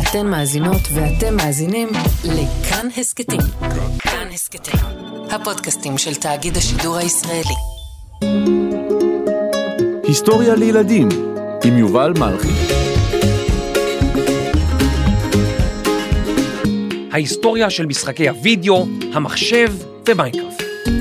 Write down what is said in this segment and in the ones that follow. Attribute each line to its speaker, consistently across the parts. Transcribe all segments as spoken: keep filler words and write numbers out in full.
Speaker 1: אתן מאזינות ואתם מאזינים לכאן הסקטים. כאן הסקטים, הפודקאסטים של תאגיד השידור הישראלי.
Speaker 2: היסטוריה לילדים עם יובל מלכי.
Speaker 3: ההיסטוריה של משחקי הוידאו, המחשב ומיינקראפט.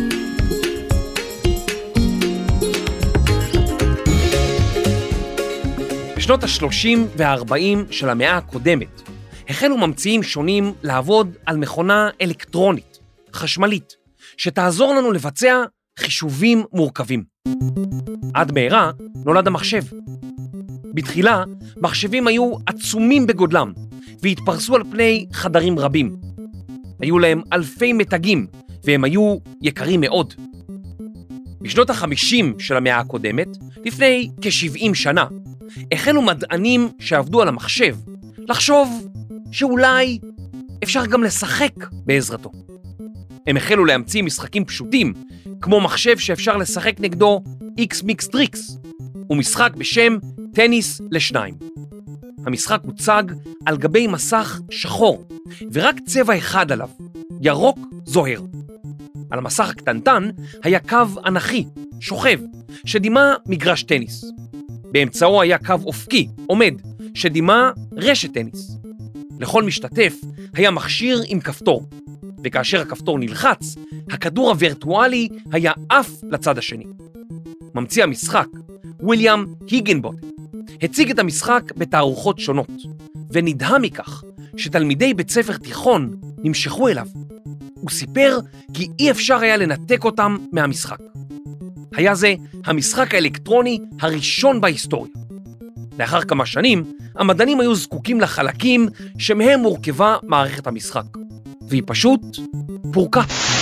Speaker 3: בשנות ה-שלושים וה-ארבעים של המאה הקודמת החלו ממציאים שונים לעבוד על מכונה אלקטרונית, חשמלית, שתעזור לנו לבצע חישובים מורכבים. עד מהרה נולד המחשב. בתחילה מחשבים היו עצומים בגודלם והתפרסו על פני חדרים רבים. היו להם אלפי מתגים והם היו יקרים מאוד. בשנות ה-חמישים של המאה הקודמת, לפני כ-שבעים שנה, החלו מדענים שעבדו על המחשב לחשוב שאולי אפשר גם לשחק בעזרתו. הם החלו להמציא משחקים פשוטים, כמו מחשב שאפשר לשחק נגדו איקס מיקס טריקס, ומשחק בשם טניס לשניים. המשחק הוצג על גבי מסך שחור, ורק צבע אחד עליו, ירוק זוהר. על המסך הקטנטן היה קו אנכי, שוכב, שדימה מגרש טניס. באמצעו היה קו אופקי, עומד, שדימה רשת טניס. לכל משתתף היה מכשיר עם כפתור, וכאשר הכפתור נלחץ, הכדור הווירטואלי היה עף לצד השני. ממציא המשחק, וויליאם היגינבוטם, הציג את המשחק בתערוכות שונות, ונדהם מכך שתלמידי בית ספר תיכון נמשכו אליו. הוא סיפר כי אי אפשר היה לנתק אותם מהמשחק. היה זה המשחק האלקטרוני הראשון בהיסטוריה. לאחר כמה שנים, המדענים היו זקוקים לחלקים שמהם מורכבה מערכת המשחק, והיא פשוט פורקה.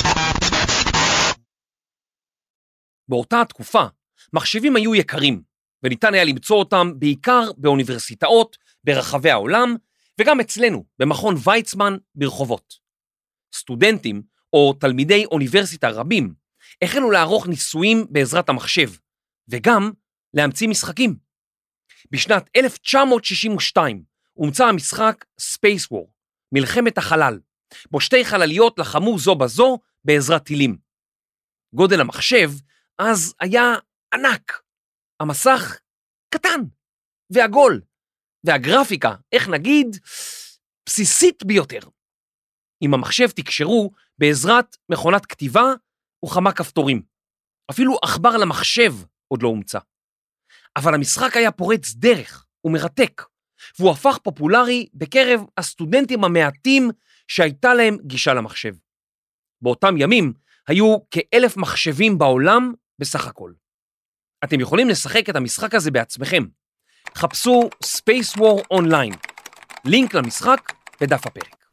Speaker 3: באותה התקופה, מחשבים היו יקרים, וניתן היה למצוא אותם בעיקר באוניברסיטאות ברחבי העולם, וגם אצלנו, במכון ויצמן ברחובות. סטודנטים או תלמידי אוניברסיטה רבים החלו לערוך ניסויים בעזרת המחשב, וגם להמציא משחקים. בשנת אלף תשע מאות שישים ושתיים הומצא המשחק Space War, מלחמת החלל, בו שתי חלליות לחמו זו בזו בעזרת טילים. גודל המחשב אז היה ענק, המסך קטן ועגול, והגרפיקה, איך נגיד, בסיסית ביותר. עם המחשב תקשרו בעזרת מכונת כתיבה וכמה כפתורים. אפילו עכבר למחשב עוד לא הומצא. אבל המשחק היה פורץ דרך ומרתק, והוא הפך פופולרי בקרב הסטודנטים המעטים שהייתה להם גישה למחשב. באותם ימים היו כאלף מחשבים בעולם בסך הכל. אתם יכולים לשחק את המשחק הזה בעצמכם. חפשו Space War Online. לינק למשחק בדף הפרק.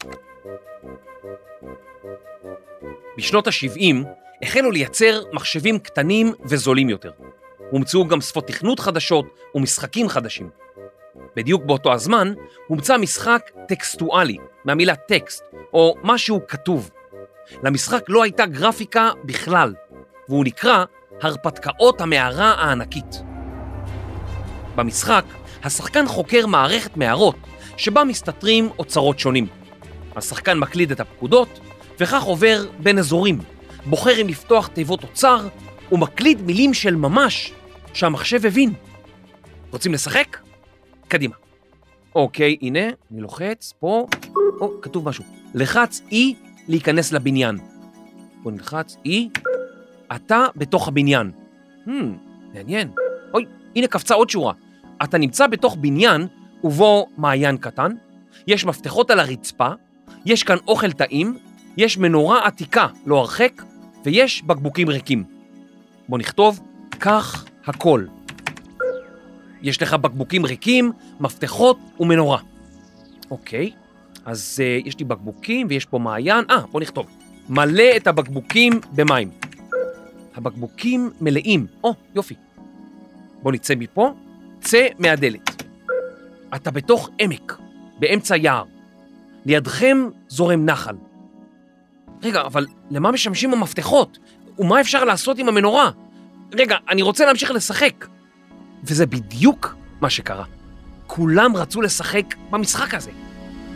Speaker 3: בשנות ה-שבעים החלו לייצר מחשבים קטנים וזולים יותר. הומצאו גם שפות תכנות חדשות ומשחקים חדשים. בדיוק באותו הזמן הומצא משחק טקסטואלי, מהמילה טקסט, או משהו כתוב. למשחק לא הייתה גרפיקה בכלל, והוא נקרא הרפתקאות המערה הענקית. במשחק, השחקן חוקר מערכת מערות, שבה מסתתרים אוצרות שונים. השחקן מקליד את הפקודות, וכך עובר בין אזורים, בוחר אם לפתוח תיבות אוצר, ומקליד מילים של ממש שהמחשב הבין. רוצים לשחק? קדימה. אוקיי, הנה, אני לוחץ, פה, או, כתוב משהו. לחץ E להיכנס לבניין. בוא נלחץ E, אתה בתוך הבניין. Hmm, מעניין. אוי, הנה קפצה עוד שורה. אתה נמצא בתוך בניין, ובו מעיין קטן, יש מפתחות על הרצפה, יש כאן אוכל טעים, יש מנורה עתיקה לא הרחק, ויש בקבוקים ריקים. בוא נכתוב, כך הכל. יש לך בקבוקים ריקים, מפתחות ומנורה. אוקיי, אז uh, יש לי בקבוקים ויש פה מעיין. אה, בוא נכתוב. מלא את הבקבוקים במים. הבקבוקים מלאים. או, יופי. בוא נצא מפה. צא מהדלת. אתה בתוך עמק, באמצע יער. לידכם זורם נחל. רגע, אבל למה משמשים המפתחות? ומה אפשר לעשות עם המנורה? רגע, אני רוצה להמשיך לשחק. וזה בדיוק מה שקרה. כולם רצו לשחק במשחק הזה.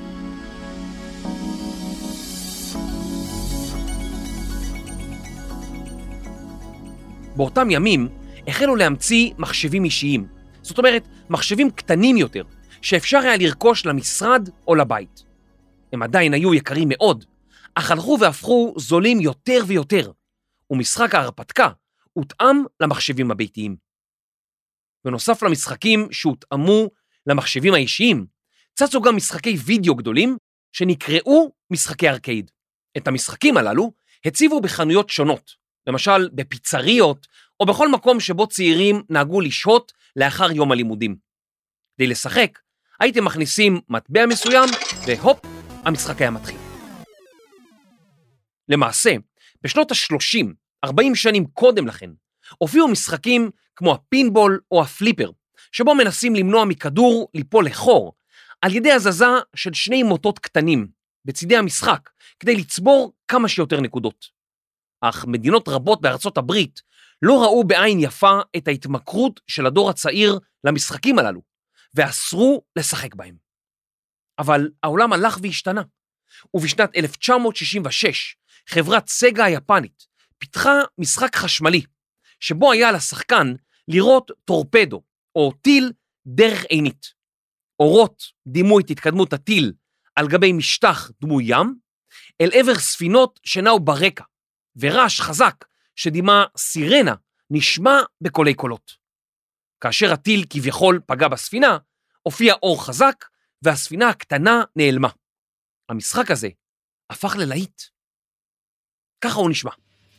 Speaker 3: באותם ימים החלו להמציא מחשבים אישיים, זאת אומרת מחשבים קטנים יותר, שאפשר היה לרכוש למשרד או לבית. הם עדיין היו יקרים מאוד, אך הלכו והפכו זולים יותר ויותר, ומשחק ההרפתקה הותאם למחשבים הביתיים. בנוסף למשחקים שהותאמו למחשבים האישיים, צצו גם משחקי וידאו גדולים שנקראו משחקי ארקייד. את המשחקים הללו הציבו בחנויות שונות, למשל בפיצריות או בכל מקום שבו צעירים נהגו לשהות לאחר יום הלימודים. כדי לשחק, הייתם מכניסים מטבע מסוים והופ, המשחק היה מתחיל. למעשה, בשנות ה-שלושים, ארבעים שנים קודם לכן, הופיעו משחקים כמו הפינבול או הפליפר, שבו מנסים למנוע מכדור ליפול לחור, על ידי הזזה של שני מוטות קטנים בצידי המשחק, כדי לצבור כמה שיותר נקודות. אך מדינות רבות בארצות הברית לא ראו בעין יפה את ההתמכרות של הדור הצעיר למשחקים הללו, ואסרו לשחק בהם. אבל העולם הלך והשתנה, ובשנת אלף תשע מאות שישים ושש, חברת סגה היפנית פיתחה משחק חשמלי, שבו היה לשחקן לראות טורפדו או טיל דרך עינית. אורות דימו את התקדמות הטיל על גבי משטח דמוי ים, אל עבר ספינות שנעו ברקע, ורעש חזק שדימה סירנה נשמע בקולי קולות. כאשר הטיל כביכול פגע בספינה, הופיע אור חזק והספינה הקטנה נעלמה. המשחק הזה הפך ללהיט. ככה הוא נשמע.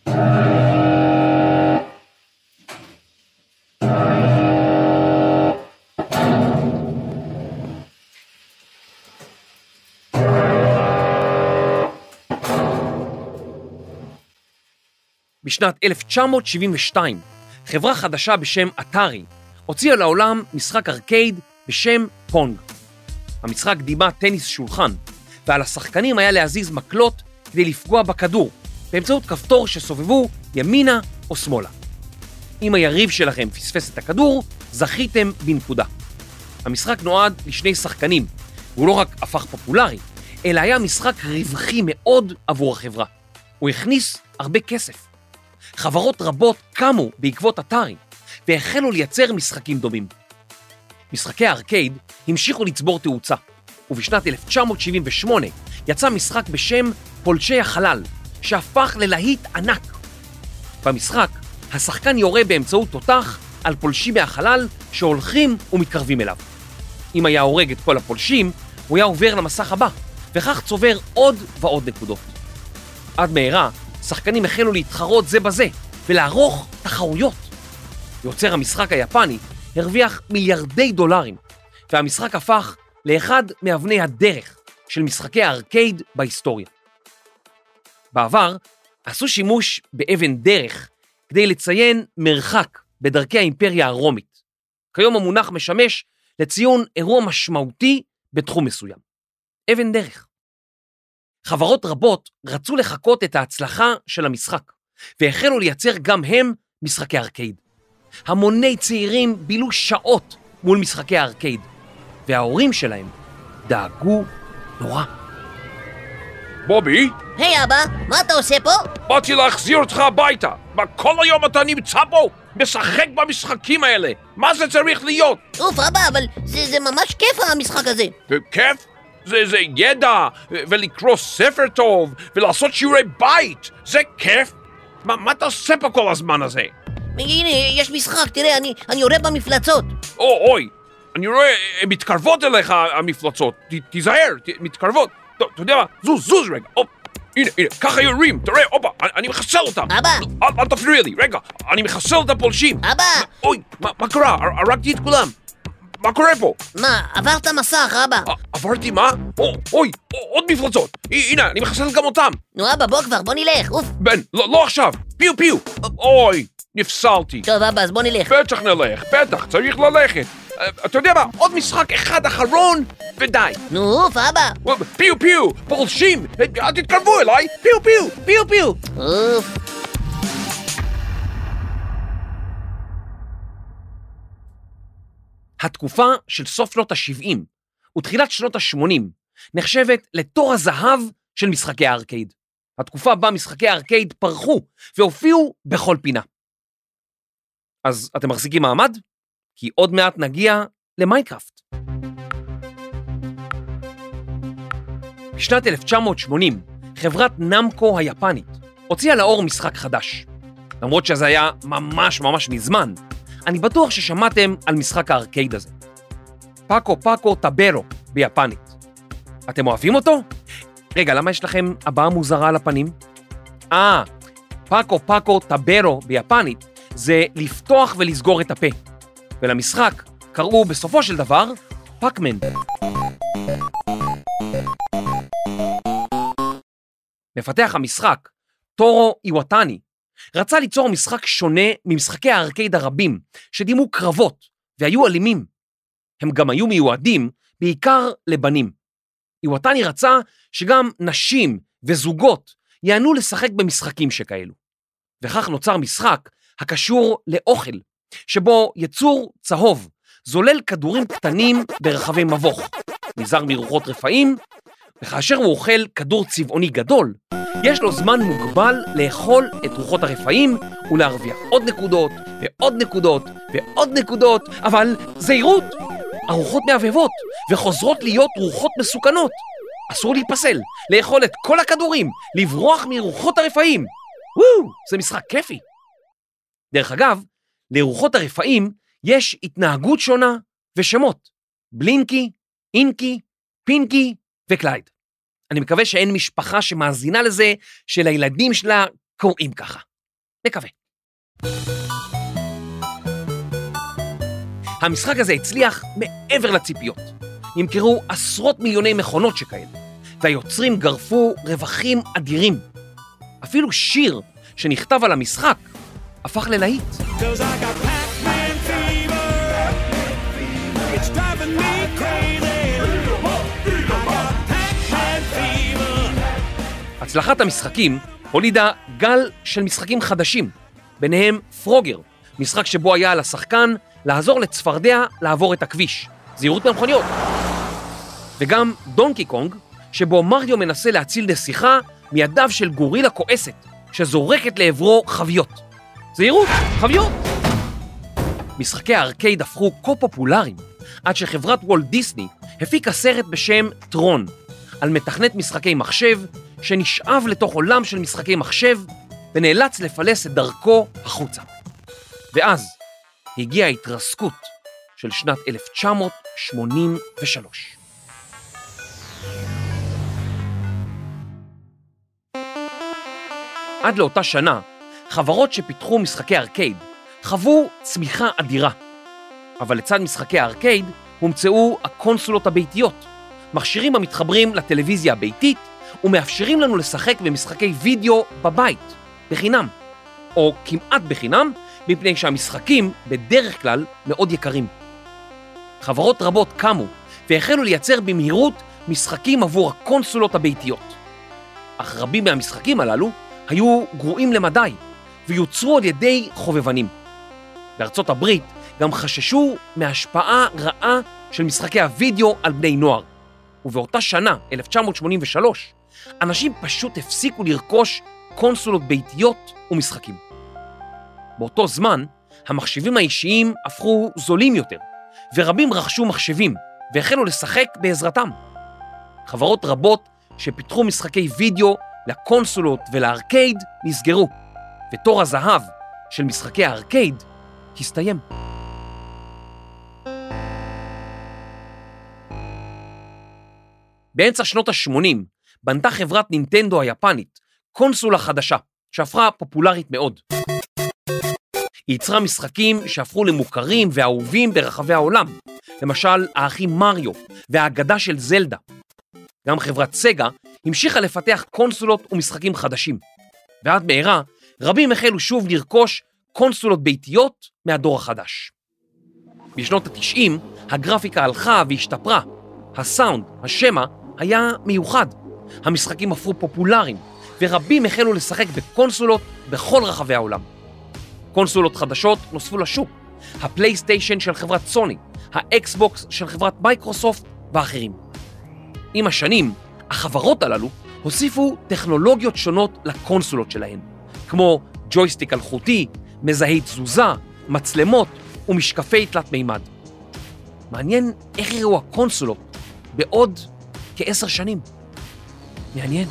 Speaker 3: בשנת אלף תשע מאות שבעים ושתיים, חברה חדשה בשם אטארי הוציאה לעולם משחק ארקייד בשם פונג. המשחק דימה טניס שולחן, ועל השחקנים היה להזיז מקלות כדי לפגוע בכדור, באמצעות כפתור שסובבו ימינה או שמאלה. אם היריב שלכם פספס את הכדור, זכיתם בנקודה. המשחק נועד לשני שחקנים, והוא לא רק הפך פופולרי, אלא היה משחק רווחי מאוד עבור החברה. הוא הכניס הרבה כסף. חברות רבות קמו בעקבות אטארי, והחלו לייצר משחקים דומים. משחקי הארקייד המשיכו לצבור תאוצה, ובשנת אלף תשע מאות שבעים ושמונה יצא משחק בשם פולשי החלל, שהפך ללהיט ענק. במשחק, השחקן יורה באמצעות תותח על פולשים מהחלל שהולכים ומתקרבים אליו. אם היה הורג את כל הפולשים, הוא היה עובר למסך הבא, וכך צובר עוד ועוד נקודות. עד מהרה, שחקנים החלו להתחרות זה בזה, ולערוך תחרויות. יוצר המשחק היפני הרוויח מיליארדי דולרים, והמשחק הפך לאחד מאבני הדרך של משחקי הארקייד בהיסטוריה. בעבר עשו שימוש באבן דרך כדי לציין מרחק בדרכי האימפריה הרומית. כיום המונח משמש לציון אירוע משמעותי בתחום מסוים. אבן דרך. חברות רבות רצו לחכות את ההצלחה של המשחק, והחלו לייצר גם הם משחקי ארקייד. המוני צעירים בילו שעות מול משחקי הארקייד, וההורים שלהם דאגו נורא.
Speaker 4: בובי?
Speaker 5: היי אבא, מה אתה עושה פה?
Speaker 4: באתי להחזיר אותך הביתה. מה כל היום אתה נמצא פה? משחק במשחקים האלה. מה זה צריך להיות?
Speaker 5: אוף אבא, אבל זה, זה ממש כיף המשחק הזה.
Speaker 4: זה כיף? זה, זה ידע, ולקרוא ספר טוב, ולעשות שיעורי בית. זה כיף? מה, מה אתה עושה פה כל הזמן הזה?
Speaker 5: הנה, יש משחק, תראה, אני, אני יורד במפלצות.
Speaker 4: או, אוי, אני רואה, הן מתקרבות אליך המפלצות. ת, תיזהר, ת, מתקרבות. טוב, אתה יודע מה? זוז, זוז רגע. אופ, הנה, הנה, ככה יורים, תראה, אופה, אני, אני מחסל אותם.
Speaker 5: אבא.
Speaker 4: אל, אל תפריע לי, רגע, אני מחסל את הפולשים.
Speaker 5: אבא.
Speaker 4: אוי, מה, מה קרה? הרגתי את כולם. מה קורה פה?
Speaker 5: מה, עברת מסך, אבא?
Speaker 4: עברתי מה? או, אוי, עוד מפלצות. הנה, אני מחסל גם אותם.
Speaker 5: נו אבא, בוא כבר, בוא נלך, אוף.
Speaker 4: בן, לא, לא עכשיו. פיו, פיו. אוי, נפסלתי.
Speaker 5: טוב אבא, אז בוא נלך.
Speaker 4: בטח נלך, בטח, צריך ללכת. אתה יודע מה? עוד משחק אחד אחרון, ודי.
Speaker 5: נו, אוף, אבא.
Speaker 4: פיו, פיו, פולשים, אל תתקרבו אליי. פיו, פיו, פיו, פיו.
Speaker 5: אוף.
Speaker 3: התקופה של סוף שנות ה-שבעים ותחילת שנות ה-שמונים נחשבת לתור הזהב של משחקי הארקייד. התקופה בה משחקי הארקייד פרחו והופיעו בכל פינה. אז אתם מחזיקים מעמד? כי עוד מעט נגיע למיינקראפט. בשנת אלף תשע מאות שמונים, חברת נמקו היפנית הוציאה לאור משחק חדש. למרות שזה היה ממש ממש מזמן, אני בטוח ששמעתם על משחק הארקייד הזה. פאקו פאקו טאברו ביפנית. אתם אוהבים אותו? רגע, למה יש לכם הבעה מוזרה על הפנים? אה, פאקו פאקו טאברו ביפנית זה לפתוח ולסגור את הפה. ולמשחק קראו בסופו של דבר פאקמן. מפתח המשחק, טורו איוואטני, רצה ליצור משחק שונה ממשחקי הארקייד הרבים שדימו קרבות והיו אלימים. הם גם היו מיועדים בעיקר לבנים. איוואטני רצה שגם נשים וזוגות יענו לשחק במשחקים שכאלו. וכך נוצר משחק הקשור לאוכל, שבו יצור צהוב זולל כדורים קטנים ברחבי מבוך, נזהר מרוחות רפאים, וכאשר הוא אוכל כדור צבעוני גדול, יש לו זמן מוגבל לאכול את רוחות הרפאים ולהרוויח עוד נקודות ועוד נקודות ועוד נקודות, אבל זהירות, הרוחות מעבבות וחוזרות להיות רוחות מסוכנות. אסור להיפסל, לאכול את כל הכדורים, לברוח מרוחות הרפאים. וואו, זה משחק כיפי. דרך אגב, לרוחות הרפאים יש התנהגות שונה ושמות. בלינקי, אינקי, פינקי וקלייד. אני מקווה שאין משפחה שמאזינה לזה שלילדים שלה קוראים ככה. מקווה. המשחק הזה הצליח מעבר לציפיות. נמכרו עשרות מיליוני מכונות שכאלה, והיוצרים גרפו רווחים אדירים. אפילו שיר שנכתב על המשחק הפך ללהיט. הצלחת המשחקים הולידה גל של משחקים חדשים, ביניהם פרוגר, משחק שבו היה על השחקן לעזור לצפרדע לעבור את הכביש, זהירות מהמכוניות. וגם דונקי קונג, שבו מריו מנסה להציל נסיכה מידיו של גורילה כועסת, שזורקת לעברו חביות. זהירות, חביות! משחקי הארקייד הפכו כה פופולריים, עד שחברת וולט דיסני הפיקה סרט בשם טרון, על מתכנת משחקי מחשב, שנשאב לתוך עולם של משחקי מחשב, ונאלץ לפלס את דרכו החוצה. ואז הגיעה ההתרסקות של שנת אלף תשע מאות שמונים ושלוש. עד לאותה שנה, חברות שפיתחו משחקי ארקייד חוו צמיחה אדירה. אבל לצד משחקי הארקייד הומצאו הקונסולות הביתיות, מכשירים המתחברים לטלוויזיה הביתית ומאפשרים לנו לשחק במשחקי וידאו בבית, בחינם, או כמעט בחינם, מפני שהמשחקים בדרך כלל מאוד יקרים. חברות רבות קמו והחלו לייצר במהירות משחקים עבור הקונסולות הביתיות. אך רבים מהמשחקים הללו היו גרועים למדי ויוצרו על ידי חובבנים. בארצות הברית גם חששו מהשפעה רעה של משחקי הוידאו על בני נוער. ובאותה שנה, אלף תשע מאות שמונים ושלוש, אנשים פשוט הפסיקו לרכוש קונסולות ביתיות ומשחקים. באותו זמן, המחשבים האישיים הפכו זולים יותר, ורבים רכשו מחשבים והחלו לשחק בעזרתם. חברות רבות שפיתחו משחקי וידאו לקונסולות ולארקייד נסגרו, ותור הזהב של משחקי הארקייד הסתיים. באמצע שנות ה-שמונים בנתה חברת נינטנדו היפנית קונסולה חדשה שהפכה פופולרית מאוד. היא יצרה משחקים שהפכו למוכרים ואהובים ברחבי העולם, למשל האחים מריו והאגדה של זלדה. גם חברת סגה המשיכה לפתח קונסולות ומשחקים חדשים, ועד מהרה רבים החלו שוב לרכוש קונסולות ביתיות מהדור החדש. בשנות ה-תשעים הגרפיקה הלכה והשתפרה, הסאונד, השמה, היה מיוחד. המשחקים הפכו פופולריים, ורבים החלו לשחק בקונסולות בכל רחבי העולם. קונסולות חדשות נוספו לשוק, הפלייסטיישן של חברת סוני, האקסבוקס של חברת מייקרוסופט ואחרים. עם השנים, החברות הללו הוסיפו טכנולוגיות שונות לקונסולות שלהן, כמו ג'ויסטיק אלחוטי, מזהי תזוזה, מצלמות ומשקפי תלת מימד. מעניין איך יראו הקונסולות בעוד כעשר שנים. מעניין.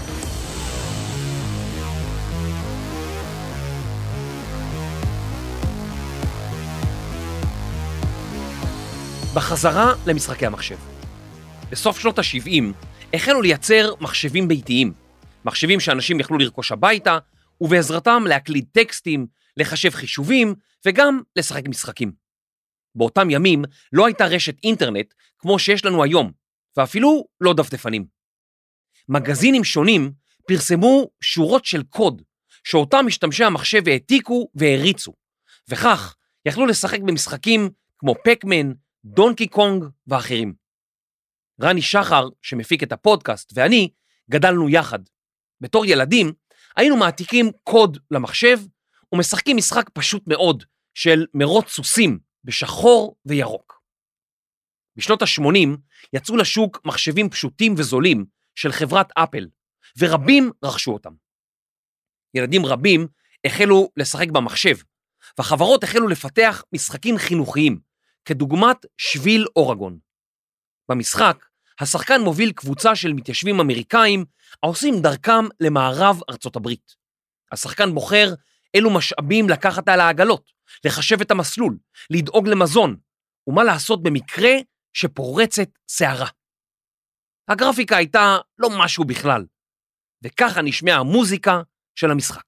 Speaker 3: בחזרה למשחקי המחשב. בסוף שנות ה-שבעים החלו לייצר מחשבים ביתיים, מחשבים שאנשים יכלו לרכוש הביתה, ובעזרתם להקליד טקסטים, לחשב חישובים, וגם לשחק משחקים. באותם ימים לא הייתה רשת אינטרנט כמו שיש לנו היום, ואפילו לא דפדפנים. מגזינים שונים פרסמו שורות של קוד, שאותם משתמשי המחשב העתיקו והריצו, וכך יכלו לשחק במשחקים כמו פקמן, דונקי קונג ואחרים. רני שחר, שמפיק את הפודקאסט, ואני גדלנו יחד. בתור ילדים היינו מעתיקים קוד למחשב ומשחקים משחק פשוט מאוד של מרוץ סוסים בשחור וירוק. בשנות ה-שמונים יצאו לשוק מחשבים פשוטים וזולים של חברת אפל, ורבים רכשו אותם. ילדים רבים החלו לשחק במחשב, והחברות החלו לפתח משחקים חינוכיים, כדוגמת שביל אורגון. במשחק, השחקן מוביל קבוצה של מתיישבים אמריקאים העושים דרכם למערב ארצות הברית. השחקן בוחר אילו משאבים לקחת על העגלות, לחשב את המסלול, לדאוג למזון, ומה לעשות במקרה שפורצת שערה. הגרפיקה הייתה לא משהו בכלל, וככה נשמעה המוזיקה של המשחק.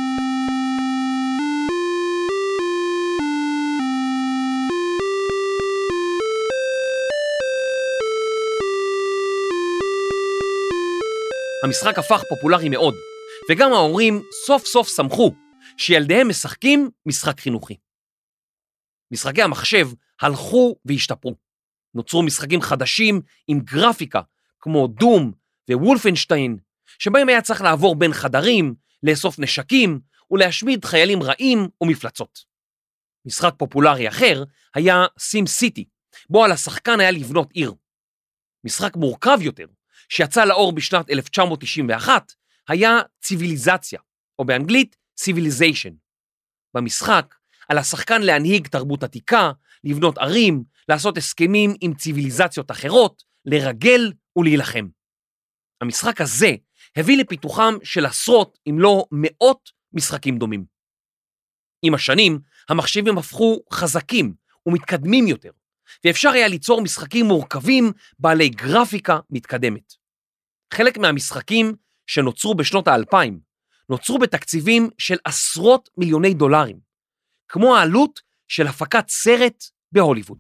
Speaker 3: המשחק הפך פופולרי מאוד, וגם ההורים סוף סוף שמחו שילדיהם משחקים משחק חינוכי. משחקי המחשב הלכו והשתפרו. נוצרו משחקים חדשים עם גרפיקה, כמו דום ווולפנשטיין, שבהם היה צריך לעבור בין חדרים, לאסוף נשקים ולהשמיד חיילים רעים ומפלצות. משחק פופולרי אחר היה סים סיטי, בו על השחקן היה לבנות עיר. משחק מורכב יותר, שיצא לאור בשנת אלף תשע מאות תשעים ואחת, היה ציוויליזציה, או באנגלית ציוויליזיישן. במשחק, על השחקן להנהיג תרבות עתיקה, לבנות ערים, לעשות הסכמים עם ציוויליזציות אחרות, לרגל ולהילחם. המשחק הזה הביא לפיתוחם של עשרות, אם לא מאות, משחקים דומים. עם השנים, המחשבים הפכו חזקים ומתקדמים יותר, ואפשר היה ליצור משחקים מורכבים בעלי גרפיקה מתקדמת. חלק מהמשחקים שנוצרו בשנות האלפיים, נוצרו בתקציבים של עשרות מיליוני דולרים, כמו העלות של הפקת סרט בהוליווד.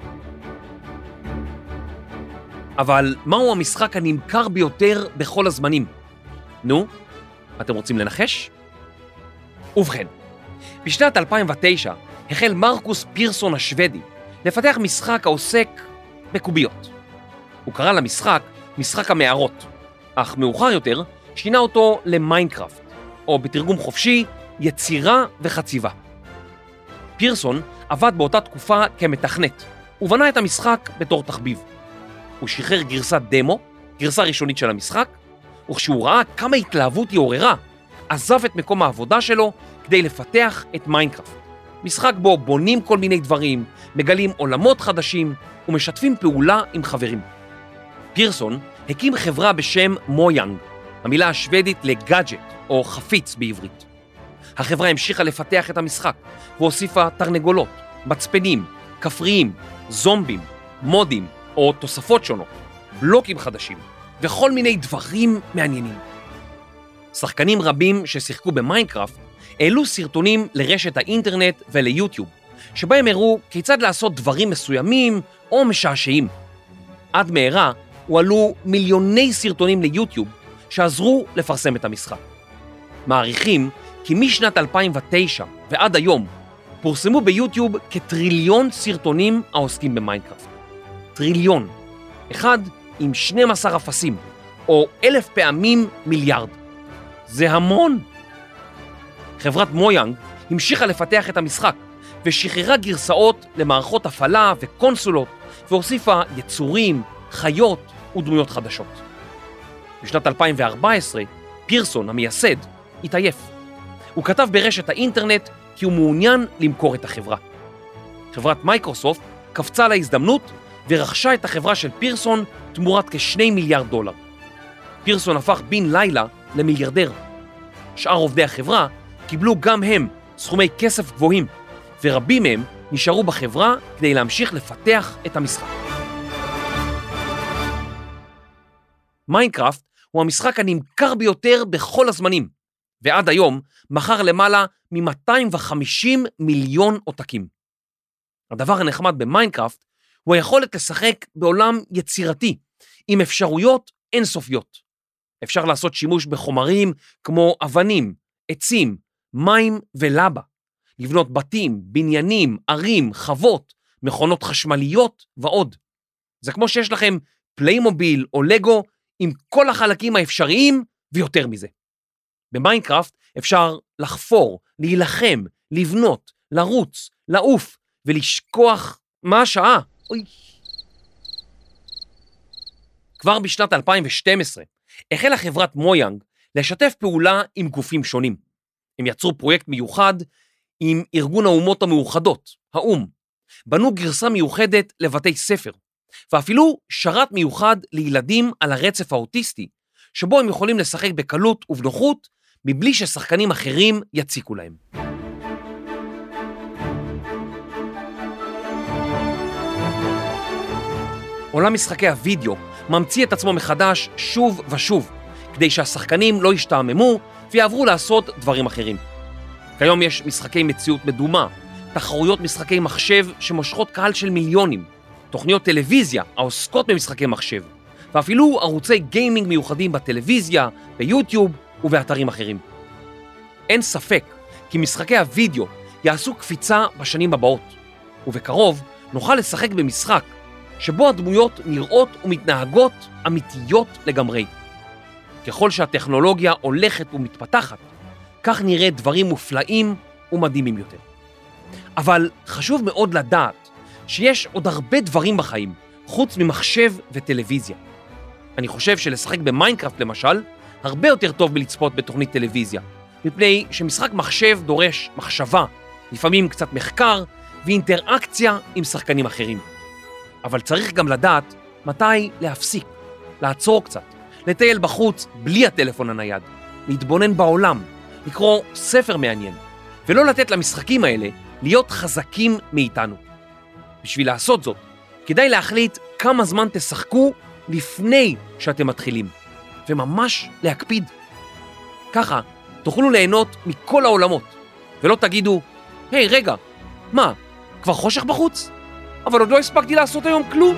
Speaker 3: אבל מהו המשחק הנמכר ביותר בכל הזמנים? נו, אתם רוצים לנחש? ובכן, בשנת אלפיים ותשע החל מרקוס פירסון השוודי לפתח משחק העוסק בקוביות. הוא קרא למשחק משחק המערות, אך מאוחר יותר שינה אותו למיינקראפט, או בתרגום חופשי, יצירה וחציבה. פירסון עבד באותה תקופה כמתכנת, ובנה את המשחק בתור תחביב. הוא שחרר גרסת דמו, גרסה ראשונית של המשחק, וכשהוא ראה כמה התלהבות היא עוררה, עזב את מקום העבודה שלו כדי לפתח את מיינקראפט. משחק בו בונים כל מיני דברים, מגלים עולמות חדשים ומשתפים פעולה עם חברים. פירסון הקים חברה בשם מויאנג, המילה השוודית לגאדג'ט או חפיץ בעברית. החברה המשיכה לפתח את המשחק והוסיפה תרנגולות, מצפנים, כפריים, זומבים, מודים או תוספות שונות, בלוקים חדשים וכל מיני דברים מעניינים. שחקנים רבים ששיחקו במיינקראפט העלו סרטונים לרשת האינטרנט וליוטיוב, שבהם הראו כיצד לעשות דברים מסוימים או משעשעים. עד מהרה הועלו מיליוני סרטונים ליוטיוב שעזרו לפרסם את המשחק. מעריכים כי משנת אלפיים ותשע ועד היום פורסמו ביוטיוב כטריליון סרטונים העוסקים במיינקראפט. טריליון. אחד עם שנים עשר אפסים, או אלף פעמים מיליארד. זה המון. חברת מויאנג המשיכה לפתח את המשחק, ושחררה גרסאות למערכות הפעלה וקונסולות, והוסיפה יצורים, חיות ודמויות חדשות. בשנת אלפיים וארבע עשרה, פירסון, המייסד, התעייף. הוא כתב ברשת האינטרנט כי הוא מעוניין למכור את החברה. חברת מייקרוסופט קפצה על ההזדמנות ורכשה את החברה של פירסון תמורת כשני מיליארד דולר. פירסון הפך בן לילה למיליארדר. שאר עובדי החברה קיבלו גם הם סכומי כסף גבוהים, ורבים מהם נשארו בחברה כדי להמשיך לפתח את המשחק. מיינקראפט הוא המשחק הנמכר ביותר בכל הזמנים, ועד היום מכר למעלה מ-מאתיים וחמישים מיליון עותקים. הדבר הנחמד במיינקראפט הוא היכולת לשחק בעולם יצירתי, עם אפשרויות אינסופיות. אפשר לעשות שימוש בחומרים כמו אבנים, עצים, מים ולבה, לבנות בתים, בניינים, ערים, חוות, מכונות חשמליות ועוד. זה כמו שיש לכם פליימוביל או לגו עם כל החלקים האפשריים ויותר מזה. במיינקראפט אפשר לחפור, להילחם, לבנות, לרוץ, לעוף ולשכוח מה השעה. אוי. כבר בשנת אלפיים ושתים עשרה החלה חברת מויאנג לשתף פעולה עם גופים שונים. הם יצרו פרויקט מיוחד עם ארגון האומות המאוחדות, האום. בנו גרסה מיוחדת לבתי ספר, ואפילו שרת מיוחד לילדים על הרצף האוטיסטי, שבו הם יכולים לשחק בקלות ובנוחות, מבלי ששחקנים אחרים יציקו להם. עולם משחקי הוידאו ממציא את עצמו מחדש שוב ושוב, כדי שהשחקנים לא ישתעממו ויעברו לעשות דברים אחרים. כיום יש משחקי מציאות מדומה, תחרויות משחקי מחשב שמושכות קהל של מיליונים, תוכניות טלוויזיה העוסקות במשחקי מחשב, ואפילו ערוצי גיימינג מיוחדים בטלוויזיה, ביוטיוב ובאתרים אחרים. אין ספק כי משחקי הוידאו יעשו קפיצה בשנים הבאות, ובקרוב נוכל לשחק במשחק שבו הדמויות נראות ומתנהגות אמיתיות לגמרי. ככל שהטכנולוגיה הולכת ומתפתחת, כך נראה דברים מופלאים ומדהימים יותר. אבל חשוב מאוד לדעת שיש עוד הרבה דברים בחיים, חוץ ממחשב וטלוויזיה. אני חושב שלשחק במיינקראפט למשל, הרבה יותר טוב מלצפות בתוכנית טלוויזיה, מפני שמשחק מחשב דורש מחשבה, לפעמים קצת מחקר ואינטראקציה עם שחקנים אחרים. אבל צריך גם לדעת מתי להפסיק, לעצור קצת, לטייל בחוץ בלי הטלפון הנייד, להתבונן בעולם, לקרוא ספר מעניין, ולא לתת למשחקים האלה להיות חזקים מאיתנו. בשביל לעשות זאת, כדאי להחליט כמה זמן תשחקו לפני שאתם מתחילים, וממש להקפיד. ככה תוכלו ליהנות מכל העולמות, ולא תגידו, היי רגע, מה, כבר חושך בחוץ? אבל עוד לא הספקתי לעשות היום כלום.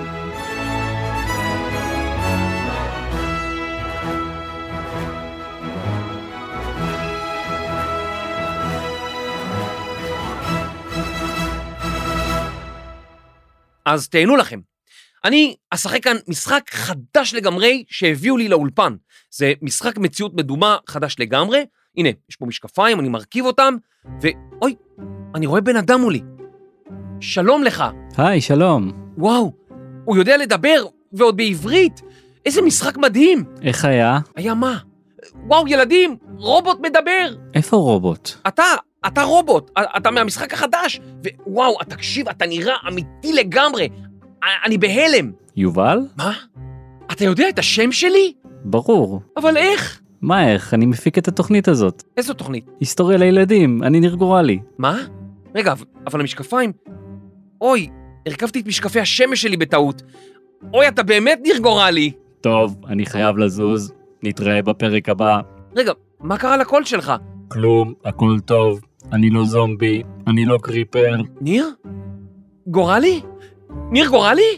Speaker 3: אז תהנו לכם. אני אשחק כאן משחק חדש לגמרי שהביאו לי לאולפן. זה משחק מציאות מדומה חדש לגמרי. הנה, יש פה משקפיים, אני מרכיב אותם, ואוי, אני רואה בן אדם מולי. שלום לך.
Speaker 6: היי, שלום.
Speaker 3: וואו, הוא יודע לדבר, ועוד בעברית. איזה משחק מדהים.
Speaker 6: איך היה?
Speaker 3: היה מה? וואו, ילדים, רובוט מדבר.
Speaker 6: איפה רובוט?
Speaker 3: אתה, אתה רובוט, אתה מהמשחק החדש. ווואו, תקשיב, אתה נראה אמיתי לגמרי. אני בהלם.
Speaker 6: יובל?
Speaker 3: מה? אתה יודע את השם שלי?
Speaker 6: ברור.
Speaker 3: אבל איך?
Speaker 6: מה איך? אני מפיק את התוכנית הזאת.
Speaker 3: איזו תוכנית?
Speaker 6: היסטוריה לילדים, אני ניר גורלי.
Speaker 3: מה? רגע, אבל המשקפיים... אוי, הרכבתי את משקפי השמש שלי בטעות. אוי, אתה באמת ניר גורלי.
Speaker 6: טוב, אני חייב לזוז. נתראה בפרק הבא.
Speaker 3: רגע, מה קרה לקול שלך?
Speaker 6: כלום, הכל טוב. אני לא זומבי, אני לא קריפר.
Speaker 3: ניר? גורלי? ניר גורלי?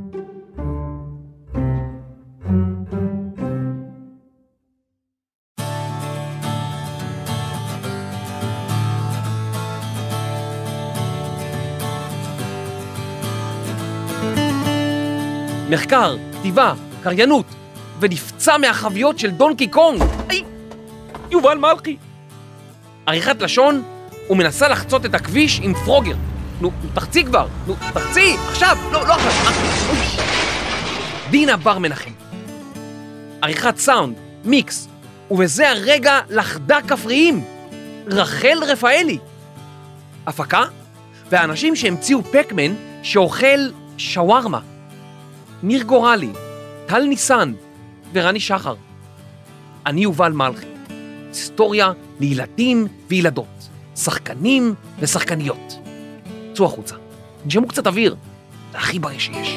Speaker 3: מחקר, כתיבה, קריינות, ונפצע מהחוויות של דונקי קונג. היי, יובל מלכי. עריכת לשון, הוא מנסה לחצות את הכביש עם פרוגר. נו, תחצי כבר, נו, תחצי, עכשיו, לא, לא עכשיו. דינה בר מנחם. עריכת סאונד, מיקס, ובזה הרגע לחדה כפריים. רחל רפאלי. הפקה? והאנשים שהמציאו פקמן שאוכל שווארמה. ניר גורלי, טל ניסן ורני שחר. אני יובל מלכי. היסטוריה לילדים וילדות, שחקנים ושחקניות. צאו החוצה, נשמו קצת אוויר, זה הכי בריא שיש.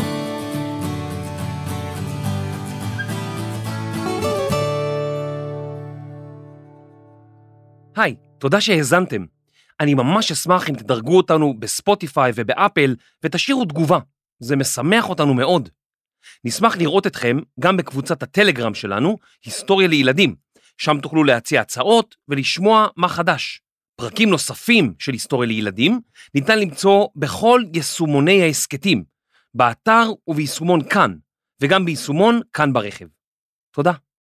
Speaker 3: היי, תודה שהאזנתם. אני ממש אשמח אם תדרגו אותנו בספוטיפיי ובאפל ותשאירו תגובה, זה משמח אותנו מאוד. נשמח לראות אתכם גם בקבוצת הטלגרם שלנו, היסטוריה לילדים, שם תוכלו להציע הצעות ולשמוע מה חדש. פרקים נוספים של היסטוריה לילדים ניתן למצוא בכל יישומוני העסקתים, באתר וביישומון כאן, וגם ביישומון כאן ברכב. תודה.